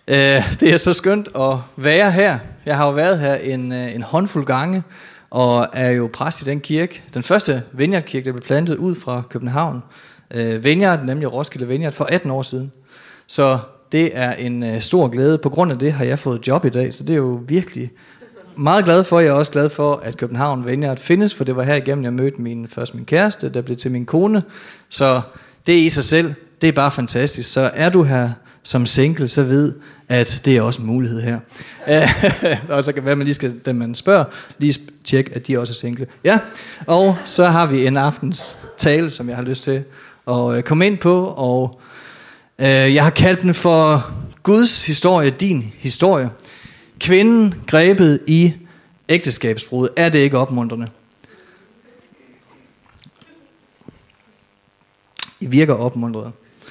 Det er så skønt at være her. Jeg har jo været her en håndfuld gange, og er jo præst i den kirke. Den første Vineyard-kirke, der blev plantet ud fra København. Vineyard, nemlig Roskilde Vineyard, for 18 år siden. Så det er en stor glæde. På grund af det har jeg fået job i dag, så det er jo virkelig meget glad for. Jeg er også glad for, at København Vineyard findes, for det var her igennem, jeg mødte først min kæreste, der blev til min kone. Så det i sig selv, det er bare fantastisk. Så er du her som single, så ved, at det er også en mulighed her. Og så kan være, at man lige skal, dem man spørger, lige tjekke, at de også er single. Ja, og så har vi en aftens tale, som jeg har lyst til at komme ind på, og jeg har kaldt den for Guds historie, din historie. Kvinden grebet i ægteskabsbrud. Er det ikke opmuntrende? I virker opmuntrede.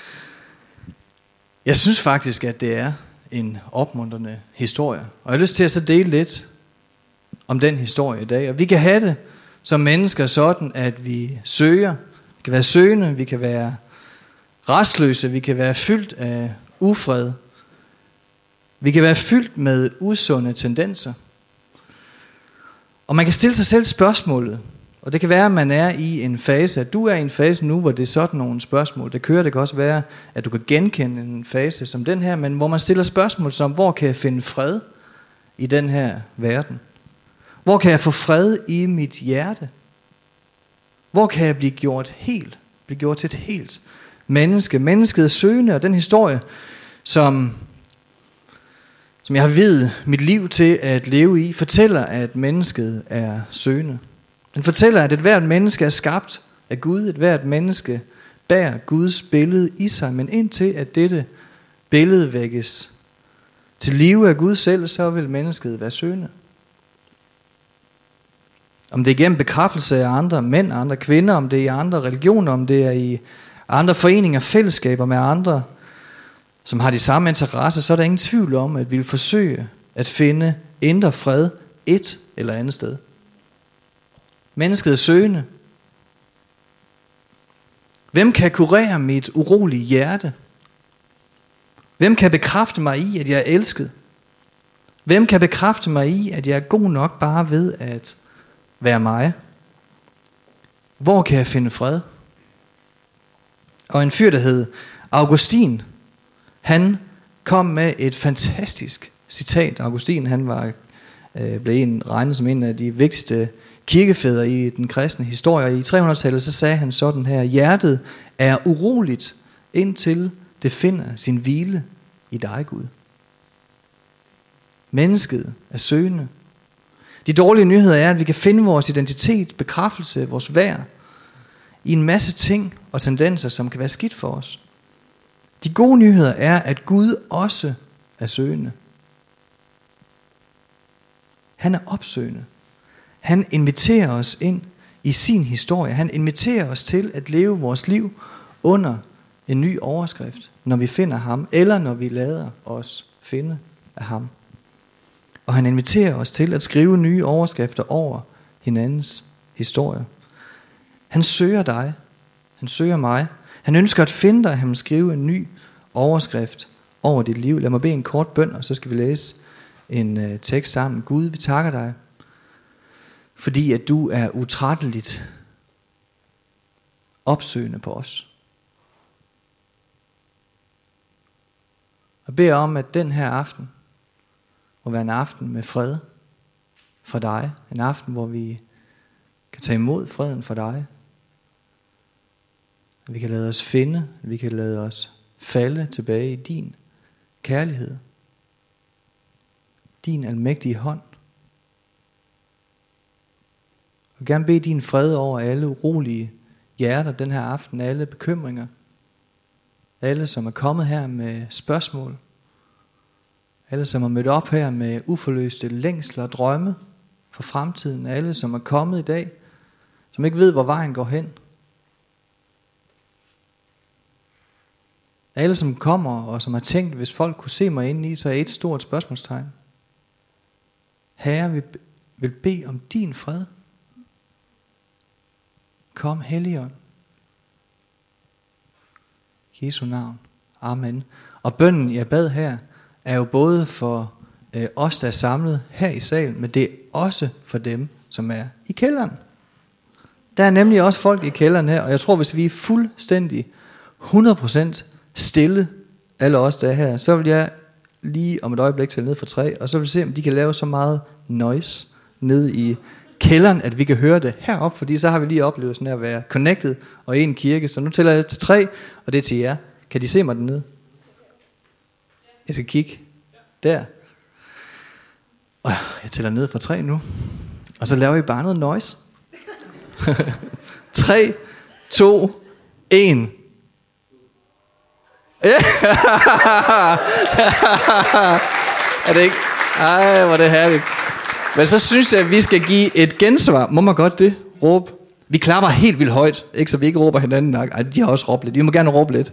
Jeg synes faktisk, at det er en opmuntrende historie. Og jeg har lyst til at så dele lidt om den historie i dag. Og vi kan have det som mennesker sådan, at vi søger. Vi kan være søgende, vi kan være restløse, vi kan være fyldt af ufred. Vi kan være fyldt med usunde tendenser. Og man kan stille sig selv spørgsmålet, og det kan være, at man er i en fase, at du er i en fase nu, hvor det er sådan nogle spørgsmål, der kører. Det kan også være, at du kan genkende en fase som den her, men hvor man stiller spørgsmål som, hvor kan jeg finde fred i den her verden? Hvor kan jeg få fred i mit hjerte? Hvor kan jeg blive gjort helt? Blive gjort til et helt menneske? Mennesket er søgende, og den historie, som jeg har viet mit liv til at leve i, fortæller, at mennesket er søgende. Den fortæller, at et hvert menneske er skabt af Gud. Et hvert menneske bærer Guds billede i sig. Men indtil at dette billede vækkes til live af Gud selv, så vil mennesket være søgende. Om det er gennem bekræftelse af andre mænd, andre kvinder, om det er i andre religioner, om det er i andre foreninger, fællesskaber med andre, som har de samme interesser, så er der ingen tvivl om, at vi vil forsøge at finde indre fred et eller andet sted. Mennesket er søgende. Hvem kan kurere mit urolige hjerte? Hvem kan bekræfte mig i, at jeg er elsket? Hvem kan bekræfte mig i, at jeg er god nok bare ved at være mig? Hvor kan jeg finde fred? Og en fyr, der hed Augustin, han kom med et fantastisk citat. Augustin, han blev regnet som en af de vigtigste kirkefædre i den kristne historie. I 300-tallet så sagde han sådan her: hjertet er uroligt, indtil det finder sin hvile i dig, Gud. Mennesket er søgende. De dårlige nyheder er, at vi kan finde vores identitet, bekræftelse, vores værd i en masse ting og tendenser, som kan være skidt for os. De gode nyheder er, at Gud også er søgende. Han er opsøgende. Han inviterer os ind i sin historie. Han inviterer os til at leve vores liv under en ny overskrift, når vi finder ham, eller når vi lader os finde af ham. Og han inviterer os til at skrive nye overskrifter over hinandens historie. Han søger dig. Han søger mig. Han ønsker at finde dig. Han vil skrive en ny overskrift over dit liv. Lad mig bede en kort bøn, og så skal vi læse en tekst sammen. Gud, vi takker dig, fordi at du er utrætteligt opsøgende på os. Og beder om, at den her aften må være en aften med fred for dig. En aften, hvor vi kan tage imod freden for dig. At vi kan lade os finde, at vi kan lade os falde tilbage i din kærlighed. Din almægtige hånd. Jeg vil gerne bede din fred over alle urolige hjerter den her aften, alle bekymringer. Alle, som er kommet her med spørgsmål. Alle, som er mødt op her med uforløste længsler og drømme for fremtiden. Alle, som er kommet i dag, som ikke ved, hvor vejen går hen. Alle, som kommer og som har tænkt, hvis folk kunne se mig ind i, så er et stort spørgsmålstegn. Herre, vi vil bede om din fred. Kom, Helligånd. I Jesu navn. Amen. Og bønnen, jeg bad her, er jo både for os, der er samlet her i salen, men det er også for dem, som er i kælderen. Der er nemlig også folk i kælderen her, og jeg tror, hvis vi er fuldstændig 100% stille, alle os, der er her, så vil jeg lige om et øjeblik tælle ned fra 3, og så vil vi se, om de kan lave så meget noise ned i kælderen, at vi kan høre det heroppe, fordi så har vi lige oplevet sådan at være connected og i en kirke. Så nu tæller jeg til 3, og det er til jer. Kan de se mig dernede? Jeg skal kigge der. Og jeg tæller ned fra 3 nu. Og så laver vi bare noget noise. 3, 2, 1. Er det ikke? Ej, hvor er det herligt. Men så synes jeg, at vi skal give et gensvar. Må man godt det? Råb. Vi klapper helt vildt højt, ikke, så vi ikke råber hinanden nok. Ej, de har også råbt lidt. Vi må gerne råbe lidt.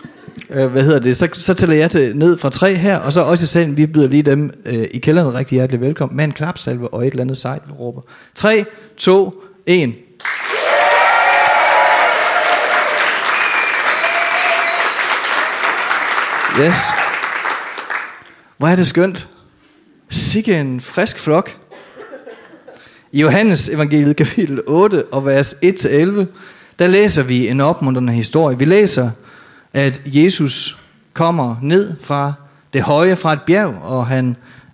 Så tæller jeg ned fra 3 her, og så også i salen, vi byder lige dem i kælderen rigtig hjertelig velkommen med en klapsalve og et eller andet sejt, vi råber. 3, 2, 1. Yes. Hvor er det skønt. Sikke en frisk flok. I Johannes evangeliet kapitel 8 og vers 1-11, der læser vi en opmuntrende historie. Vi læser, at Jesus kommer ned fra det høje, fra et bjerg, og han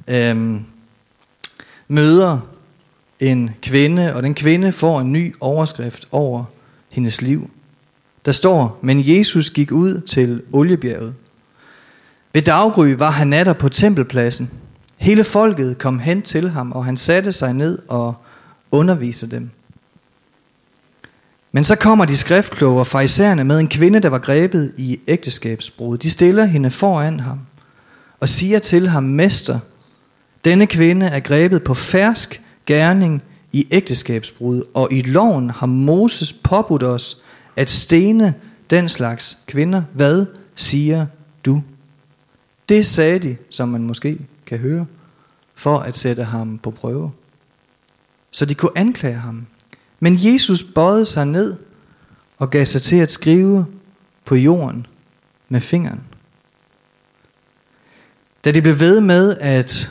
møder en kvinde, og den kvinde får en ny overskrift over hendes liv. Der står, men Jesus gik ud til oliebjerget. Ved daggry var han natter på tempelpladsen. Hele folket kom hen til ham, og han satte sig ned og underviste dem. Men så kommer de skriftkloge og farisæerne med en kvinde, der var grebet i ægteskabsbrud. De stiller hende foran ham og siger til ham, Mester, denne kvinde er grebet på fersk gerning i ægteskabsbrud, og i loven har Moses påbudt os at stene den slags kvinder. Hvad siger du? Det sagde de, som man måske kan høre, for at sætte ham på prøve, så de kunne anklage ham. Men Jesus bøjede sig ned og gav sig til at skrive på jorden med fingeren. Da de blev ved med at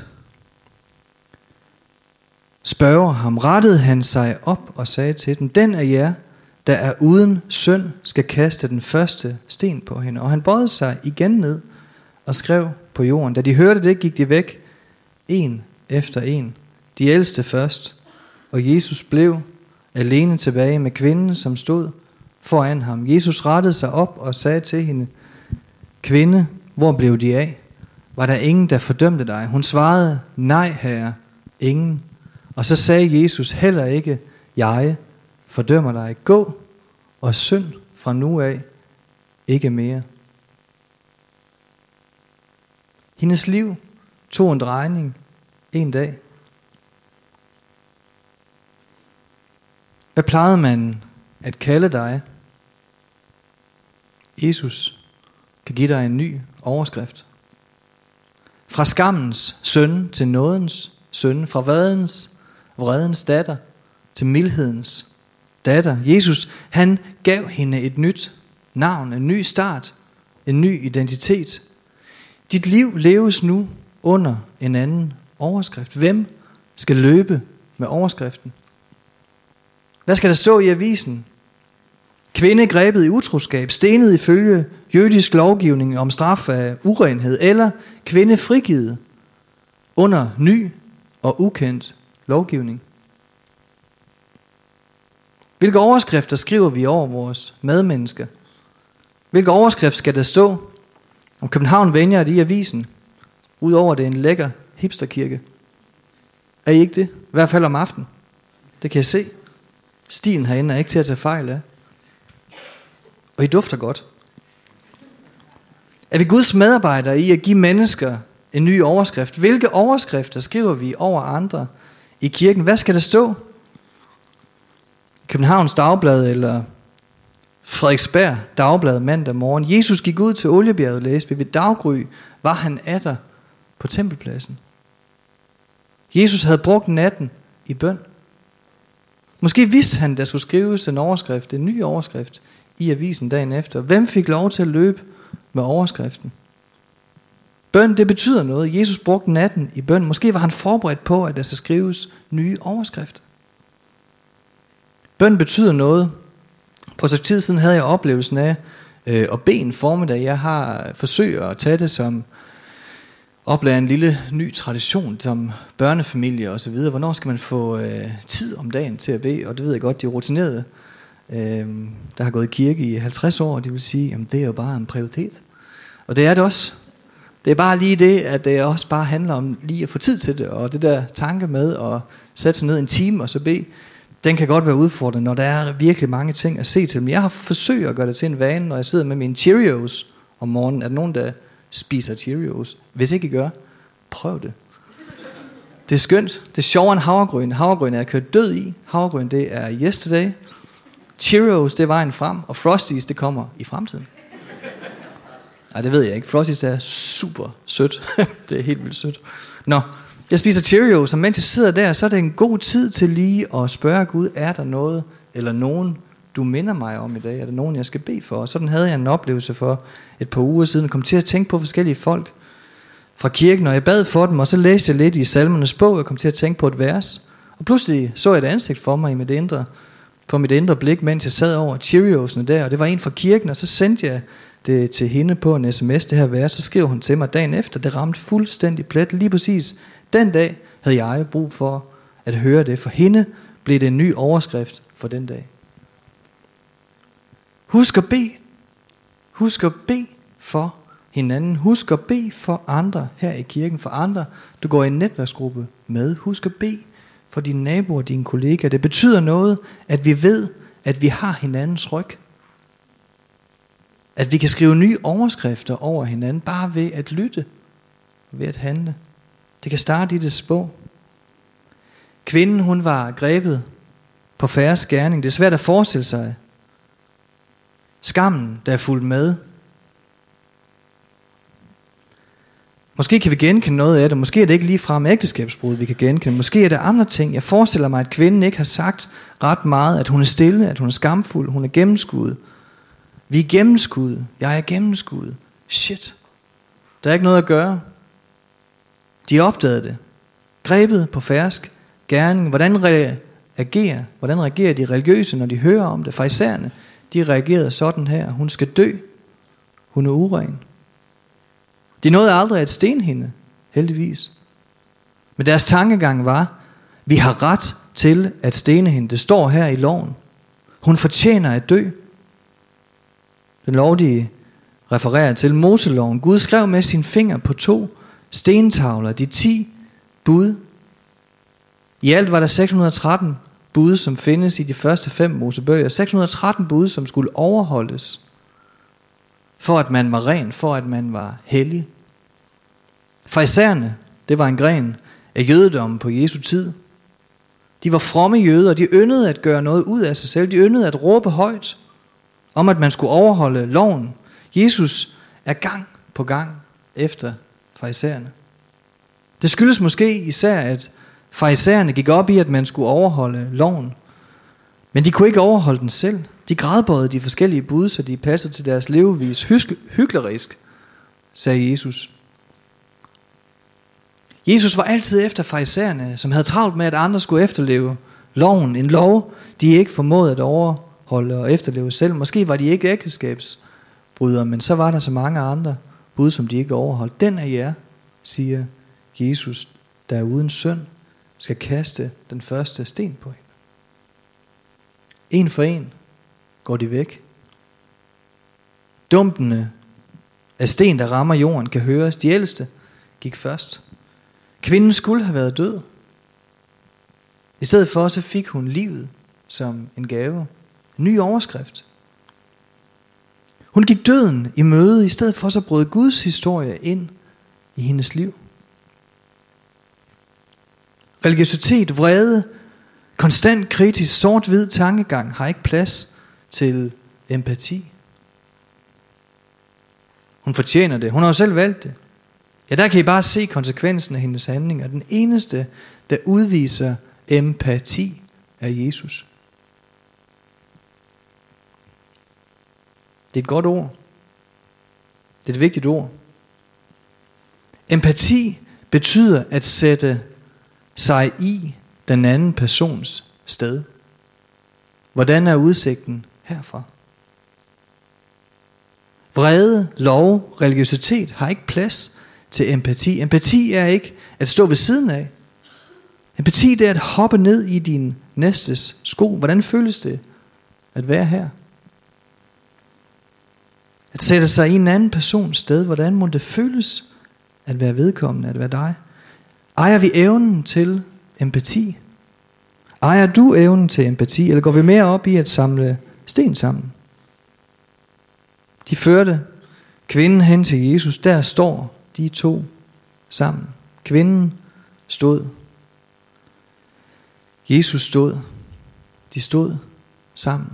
spørge ham, rettede han sig op og sagde til dem, den af jer, der er uden synd, skal kaste den første sten på hende. Og han bøjede sig igen ned og skrev på jorden. Da de hørte det, gik de væk, en efter en. De ældste først, og Jesus blev alene tilbage med kvinden, som stod foran ham. Jesus rettede sig op og sagde til hende, kvinde, hvor blev de af? Var der ingen, der fordømte dig? Hun svarede, nej herre, ingen. Og så sagde Jesus, heller ikke jeg fordømmer dig. Gå og synd fra nu af, ikke mere. Hendes liv tog en drejning en dag. Hvad plejede man at kalde dig? Jesus kan give dig en ny overskrift. Fra skammens søn til nådens søn. Fra vredens datter til mildhedens datter. Jesus, han gav hende et nyt navn, en ny start, en ny identitet. Dit liv leves nu under en anden overskrift. Hvem skal løbe med overskriften? Hvad skal der stå i avisen? Kvinde grebet i utroskab, stenet ifølge jødisk lovgivning om straf af urenhed, eller kvinde frigivet under ny og ukendt lovgivning. Hvilke overskrifter skriver vi over vores medmennesker? Hvilke overskrifter skal der stå om København Vineyard i avisen? Udover det er en lækker hipsterkirke. Er I ikke det? I hvert fald om aftenen. Det kan jeg se. Stilen herinde er ikke til at tage fejl af. Og I dufter godt. Er vi Guds medarbejdere i at give mennesker en ny overskrift? Hvilke overskrifter skriver vi over andre i kirken? Hvad skal der stå? Københavns Dagblad eller Frederiksberg Dagblad mandag morgen. Jesus gik ud til oliebjerget, læste vi. Ved daggry var han atter på tempelpladsen. Jesus havde brugt natten i bøn. Måske vidste han, der skulle skrives en overskrift, en ny overskrift i avisen dagen efter. Hvem fik lov til at løbe med overskriften? Bøn, det betyder noget. Jesus brugte natten i bøn. Måske var han forberedt på, at der skal skrives nye overskrifter. Bøn betyder noget. For så tid siden havde jeg oplevelsen af at bede en formiddag. Jeg har forsøgt at tage det som oplære en lille ny tradition som børnefamilie og så videre. Hvornår skal man få tid om dagen til at bede? Og det ved jeg godt, de er rutinerede, der har gået i kirke i 50 år. De vil sige, at det er jo bare en prioritet. Og det er det også. Det er bare lige det, at det også bare handler om lige at få tid til det. Og det der tanke med at sætte sig ned en time og så bede, den kan godt være udfordrende, når der er virkelig mange ting at se til. Men jeg har forsøgt at gøre det til en vane, når jeg sidder med mine Cheerios om morgenen. Er der nogen, der spiser Cheerios? Hvis ikke I gør, prøv det. Det er skønt. Det er sjovere end havregryn. Havregryn er jeg kørt død i. Havregryn, det er yesterday. Cheerios, det er vejen frem. Og Frosties, det kommer i fremtiden. Nej, det ved jeg ikke. Frosties er super sødt. Det er helt vildt sødt. Nå, jeg spiser Cheerios, og mens jeg sidder der, så er det en god tid til lige at spørge Gud, er der noget eller nogen, du minder mig om i dag? Er der nogen, jeg skal bede for? Og sådan havde jeg en oplevelse for et par uger siden, og kom til at tænke på forskellige folk fra kirken, og jeg bad for dem, og så læste jeg lidt i Salmernes bog, og kom til at tænke på et vers. Og pludselig så jeg et ansigt for mig i mit indre blik, mens jeg sad over Cheeriosene der, og det var en fra kirken, og så sendte jeg det til hende på en sms, det her vers, så skrev hun til mig dagen efter, det ramte fuldstændig plet. Lige præcis den dag havde jeg brug for at høre det. For hende blev det en ny overskrift for den dag. Husk at bede. Husk at bede for hinanden. Husk at bede for andre her i kirken. For andre, du går i en netværksgruppe med. Husk at bede for dine naboer, dine kollegaer. Det betyder noget, at vi ved, at vi har hinandens ryg. At vi kan skrive nye overskrifter over hinanden, bare ved at lytte og ved at handle. Det kan starte i det spå. Kvinden, hun var grebet på færres gerning. Det er svært at forestille sig. Skammen, der er fulgt med. Måske kan vi genkende noget af det. Måske er det ikke ligefrem ægteskabsbrud, vi kan genkende. Måske er det andre ting. Jeg forestiller mig, at kvinden ikke har sagt ret meget. At hun er stille, at hun er skamfuld, hun er gennemskuet. Vi er gennemskuddet. Jeg er gennemskuddet. Shit. Der er ikke noget at gøre. De opdagede det. Grebet på fersk gerning. Hvordan reagerer de religiøse, når de hører om det? Farisæerne, de reagerede sådan her. Hun skal dø. Hun er uren. De nåede aldrig at stene hende, heldigvis. Men deres tankegang var, vi har ret til at stene hende. Det står her i loven. Hun fortjener at dø. Den lov, de refererer til, Moseloven. Gud skrev med sin finger på 2 stentavler, de 10 bud. I alt var der 613 bud, som findes i de første 5 Mosebøger. 613 bud, som skulle overholdes, for at man var ren, for at man var hellig. Farisæerne, det var en gren af jødedommen på Jesu tid. De var fromme jøder, de yndede at gøre noget ud af sig selv. De yndede at råbe højt om, at man skulle overholde loven. Jesus er gang på gang efter farisæerne. Det skyldes måske især, at farisæerne gik op i, at man skulle overholde loven. Men de kunne ikke overholde den selv. De gradbøjede de forskellige bud, så de passede til deres levevis. Hyklerisk, sagde Jesus. Jesus var altid efter farisæerne, som havde travlt med, at andre skulle efterleve loven. En lov, de ikke formåede at overholde og efterleve selv. Måske var de ikke ægteskabsbrydere, men så var der så mange andre bud, som de ikke overholdt. Den af jer, siger Jesus, der er uden synd, skal kaste den første sten på hende. En for en går de væk. Dumpene af sten, der rammer jorden, kan høres. De ældste gik først. Kvinden skulle have været død. I stedet for, så fik hun livet som en gave. En ny overskrift. Hun gik døden i møde. I stedet for, så brød Guds historie ind i hendes liv. Religiøsitet, vrede, konstant kritisk, sort-hvid tankegang har ikke plads til empati. Hun fortjener det. Hun har jo selv valgt det. Ja, der kan I bare se konsekvensen af hendes handlinger. Den eneste, der udviser empati, er Jesus. Det er et godt ord. Det er et vigtigt ord. Empati betyder at sætte sig i den anden persons sted. Hvordan er udsigten herfra? Vrede, lov, religiøsitet har ikke plads til empati. Empati er ikke at stå ved siden af. Empati det er at hoppe ned i din næstes sko. Hvordan føles det at være her? At sætte sig i en anden persons sted. Hvordan må det føles at være vedkommende, at være dig? Ejer vi evnen til empati? Ejer du evnen til empati, eller går vi mere op i at samle sten sammen? De førte kvinden hen til Jesus. Der står de to sammen. Kvinden stod. Jesus stod. De stod sammen.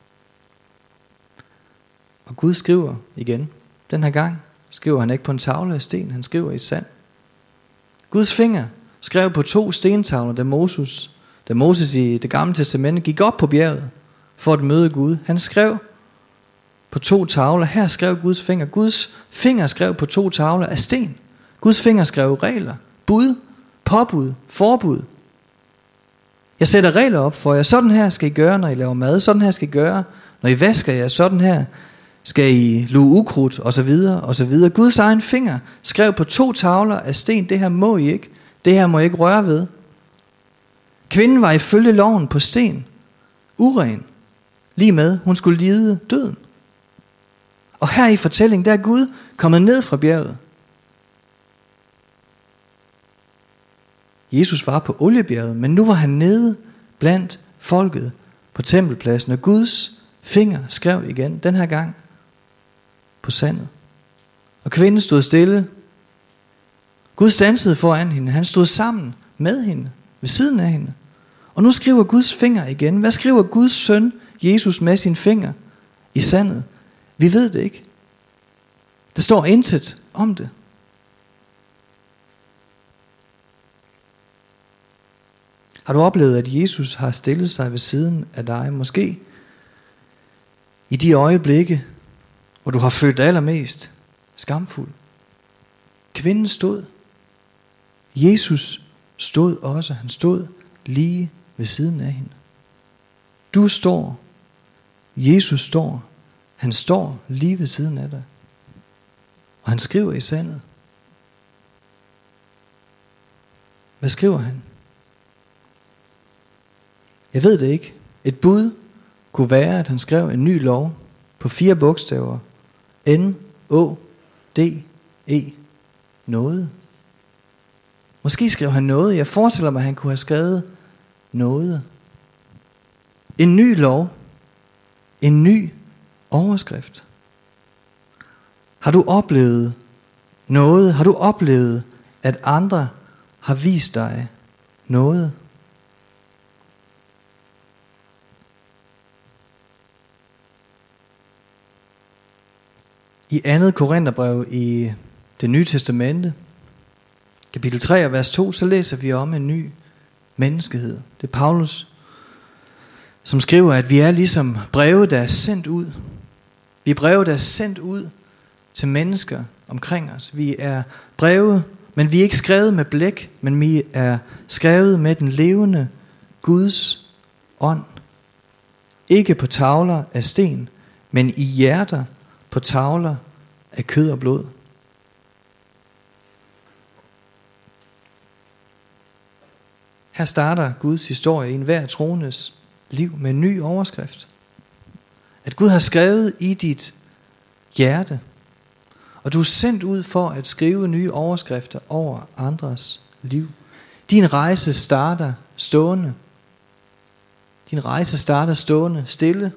Og Gud skriver igen. Den her gang skriver han ikke på en tavle af sten, han skriver i sand. Guds finger skrev på 2 stentavler, da Moses i det gamle testamente gik op på bjerget for at møde Gud. Han skrev på 2 tavler. Her skrev Guds finger. Guds finger skrev på 2 tavler af sten. Guds finger skrev regler, bud, påbud, forbud. Jeg sætter regler op for jer. Sådan her skal I gøre, når I laver mad. Sådan her skal I gøre, når I vasker jer. Sådan her skal I luge ukrudt, og så videre, og så videre. Guds egen finger skrev på 2 tavler af sten. Det her må I ikke. Det her må I ikke røre ved. Kvinden var ifølge loven på sten uren. Lige med, hun skulle lide døden. Og her i fortællingen, der er Gud kommet ned fra bjerget. Jesus var på oliebjerget, men nu var han nede blandt folket på tempelpladsen. Og Guds finger skrev igen, den her gang på sandet. Og kvinden stod stille. Gud standsede foran hende. Han stod sammen med hende, ved siden af hende. Og nu skriver Guds finger igen. Hvad skriver Guds søn Jesus med sin finger i sandet? Vi ved det ikke. Der står intet om det. Har du oplevet, at Jesus har stillet sig ved siden af dig? Måske i de øjeblikke, hvor du har følt dig allermest skamfuld. Kvinden stod. Jesus stod også. Han stod lige ved siden af hende. Du står. Jesus står. Han står lige ved siden af dig. Og han skriver i sandet. Hvad skriver han? Jeg ved det ikke. Et bud kunne være, at han skrev en ny lov på 4 bogstaver. N-O-D-E. Nåde. Måske skrev han noget. Jeg forestiller mig, at han kunne have skrevet noget. En ny lov. En ny overskrift. Har du oplevet noget? Har du oplevet, at andre har vist dig noget? I 2. Korintherbrev i det nye testamente, kapitel 3 og vers 2, så læser vi om en ny menneskehed. Det er Paulus, som skriver, at vi er ligesom breve, der er sendt ud. Vi er breve, der er sendt ud til mennesker omkring os. Vi er breve, men vi er ikke skrevet med blæk, men vi er skrevet med den levende Guds ånd. Ikke på tavler af sten, men i hjerter på tavler af kød og blod. Her starter Guds historie i enhver troendes liv med en ny overskrift. At Gud har skrevet i dit hjerte, og du er sendt ud for at skrive nye overskrifter over andres liv. Din rejse starter stående. Din rejse starter stående, stille.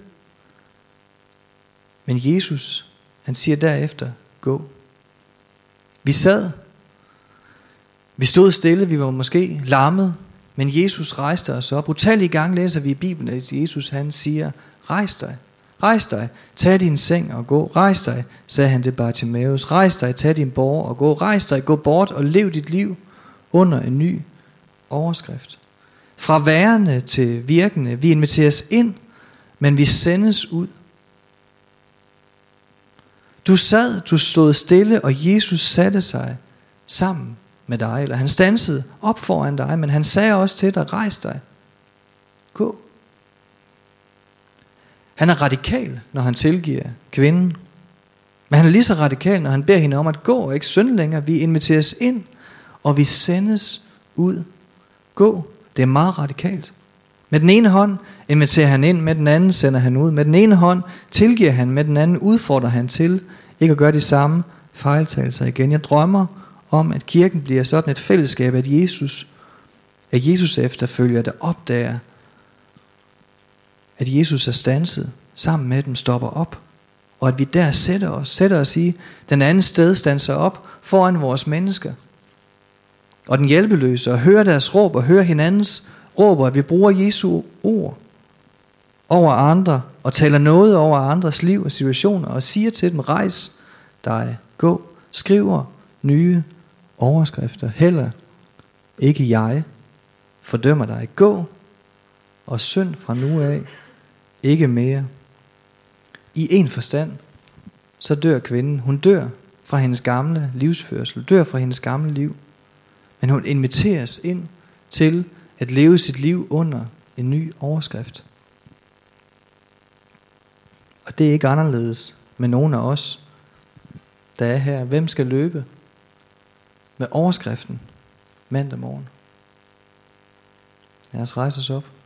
Men Jesus, han siger derefter, gå. Vi stod stille, vi var måske lammet, men Jesus rejste os op. Utallige gange læser vi i Bibelen, at Jesus han siger, rejs dig, rejs dig, tag din seng og gå. Rejs dig, sagde han det Bartimaeus. Rejs dig, tag din borger og gå. Rejs dig, gå bort og lev dit liv under en ny overskrift. Fra værende til virkende. Vi inviteres ind, men vi sendes ud. Du stod stille, og Jesus satte sig sammen med dig, eller han standsede op foran dig, men han sagde også til dig, rejs dig, gå. Han er radikal, når han tilgiver kvinden, men han er lige så radikal, når han beder hende om at gå og ikke synde længere. Vi inviteres ind, og vi sendes ud. Gå. Det er meget radikalt. Med den ene hånd inviterer han ind, med den anden sender han ud. Med den ene hånd tilgiver han, med den anden udfordrer han til ikke at gøre de samme fejltagelser igen. Jeg drømmer om, at kirken bliver sådan et fællesskab, at Jesus efterfølger, der opdager, at Jesus er standset sammen med dem, stopper op. Og at vi der sætter os i den anden sted, standser op foran vores mennesker. Og den hjælpeløse, og hører deres råb, og hører hinandens råb, og at vi bruger Jesu ord over andre, og taler noget over andres liv og situationer, og siger til dem, rejs dig, gå, skriver nye overskrifter. Heller ikke jeg fordømmer dig. Gå og synd fra nu af, ikke mere. I en forstand, så dør kvinden. Hun dør fra hendes gamle livsførsel, dør fra hendes gamle liv. Men hun inviteres ind til at leve sit liv under en ny overskrift. Og det er ikke anderledes med nogen af os, der er her. Hvem skal løbe med overskriften mandag morgen? Lad os rejse os op.